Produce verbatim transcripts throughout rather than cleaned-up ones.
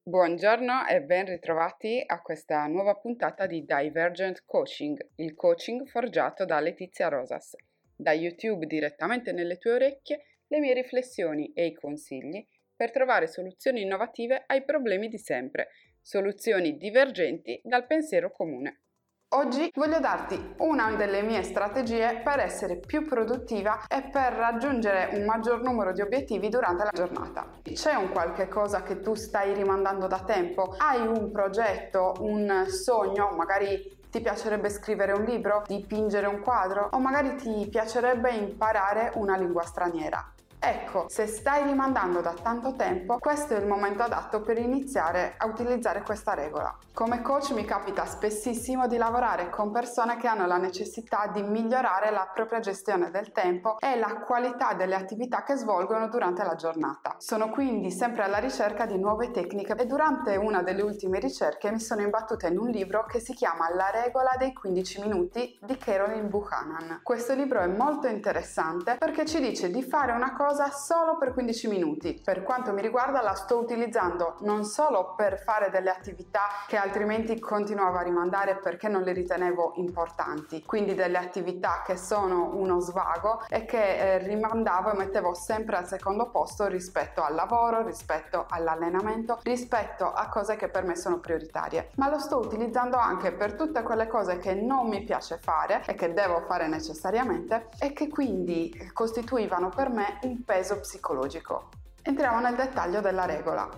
Buongiorno e ben ritrovati a questa nuova puntata di Divergent Coaching, il coaching forgiato da Letizia Rosas. Da YouTube direttamente nelle tue orecchie, le mie riflessioni e i consigli per trovare soluzioni innovative ai problemi di sempre, soluzioni divergenti dal pensiero comune. Oggi voglio darti una delle mie strategie per essere più produttiva e per raggiungere un maggior numero di obiettivi durante la giornata. C'è un qualche cosa che tu stai rimandando da tempo? Hai un progetto, un sogno, magari ti piacerebbe scrivere un libro, dipingere un quadro o magari ti piacerebbe imparare una lingua straniera. Ecco, se stai rimandando da tanto tempo, questo è il momento adatto per iniziare a utilizzare questa regola. Come coach mi capita spessissimo di lavorare con persone che hanno la necessità di migliorare la propria gestione del tempo e la qualità delle attività che svolgono durante la giornata. Sono quindi sempre alla ricerca di nuove tecniche e durante una delle ultime ricerche mi sono imbattuta in un libro che si chiama La regola dei quindici minuti di Carolyn Buchanan. Questo libro è molto interessante perché ci dice di fare una cosa solo per quindici minuti. Per quanto mi riguarda la sto utilizzando non solo per fare delle attività che altrimenti continuavo a rimandare perché non le ritenevo importanti, quindi delle attività che sono uno svago e che eh, rimandavo e mettevo sempre al secondo posto rispetto al lavoro, rispetto all'allenamento, rispetto a cose che per me sono prioritarie, ma lo sto utilizzando anche per tutte quelle cose che non mi piace fare e che devo fare necessariamente e che quindi costituivano per me un peso psicologico. Entriamo nel dettaglio della regola.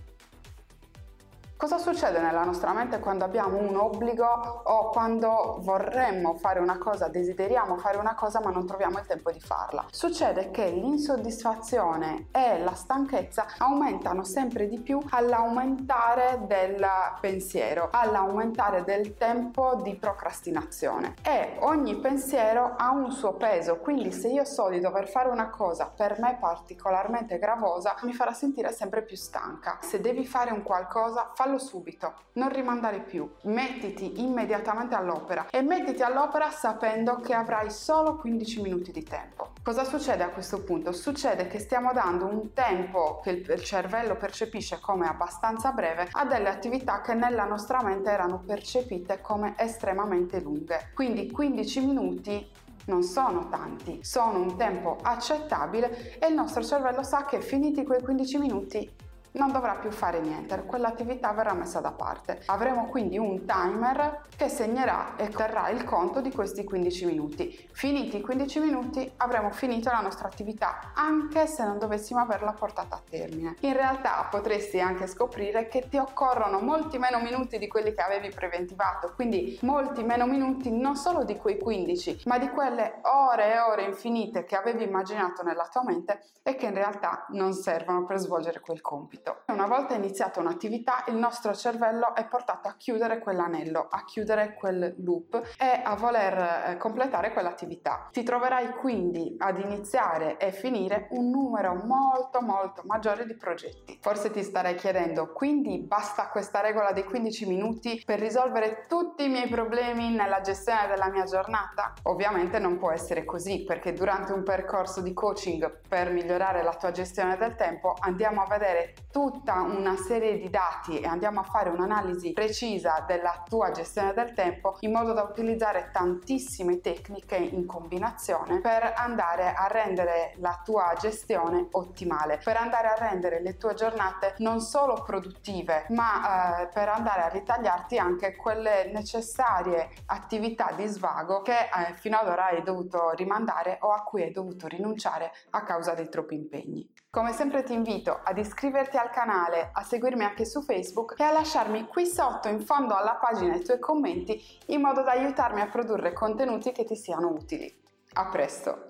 Cosa succede nella nostra mente quando abbiamo un obbligo o quando vorremmo fare una cosa, desideriamo fare una cosa ma non troviamo il tempo di farla? Succede che l'insoddisfazione e la stanchezza aumentano sempre di più all'aumentare del pensiero, all'aumentare del tempo di procrastinazione e ogni pensiero ha un suo peso, quindi se io so di dover fare una cosa per me particolarmente gravosa mi farà sentire sempre più stanca. Se devi fare un qualcosa, fallo subito, non rimandare più, mettiti immediatamente all'opera e mettiti all'opera sapendo che avrai solo quindici minuti di tempo. Cosa succede a questo punto? Succede che stiamo dando un tempo che il cervello percepisce come abbastanza breve a delle attività che nella nostra mente erano percepite come estremamente lunghe. Quindi quindici minuti non sono tanti, sono un tempo accettabile e il nostro cervello sa che finiti quei quindici minuti non dovrà più fare niente, quell'attività verrà messa da parte. Avremo quindi un timer che segnerà e terrà il conto di questi quindici minuti. Finiti i quindici minuti avremo finito la nostra attività, anche se non dovessimo averla portata a termine. In realtà potresti anche scoprire che ti occorrono molti meno minuti di quelli che avevi preventivato, quindi molti meno minuti non solo di quei quindici, ma di quelle ore e ore infinite che avevi immaginato nella tua mente e che in realtà non servono per svolgere quel compito. Una volta iniziata un'attività, il nostro cervello è portato a chiudere quell'anello, a chiudere quel loop e a voler eh, completare quell'attività. Ti troverai quindi ad iniziare e finire un numero molto molto maggiore di progetti. Forse ti starai chiedendo, quindi basta questa regola dei quindici minuti per risolvere tutti i miei problemi nella gestione della mia giornata? Ovviamente non può essere così, perché durante un percorso di coaching per migliorare la tua gestione del tempo andiamo a vedere tutta una serie di dati e andiamo a fare un'analisi precisa della tua gestione del tempo in modo da utilizzare tantissime tecniche in combinazione per andare a rendere la tua gestione ottimale, per andare a rendere le tue giornate non solo produttive ma eh, per andare a ritagliarti anche quelle necessarie attività di svago che eh, fino ad ora hai dovuto rimandare o a cui hai dovuto rinunciare a causa dei troppi impegni. Come sempre ti invito ad iscriverti al canale, a seguirmi anche su Facebook e a lasciarmi qui sotto in fondo alla pagina i tuoi commenti in modo da aiutarmi a produrre contenuti che ti siano utili. A presto!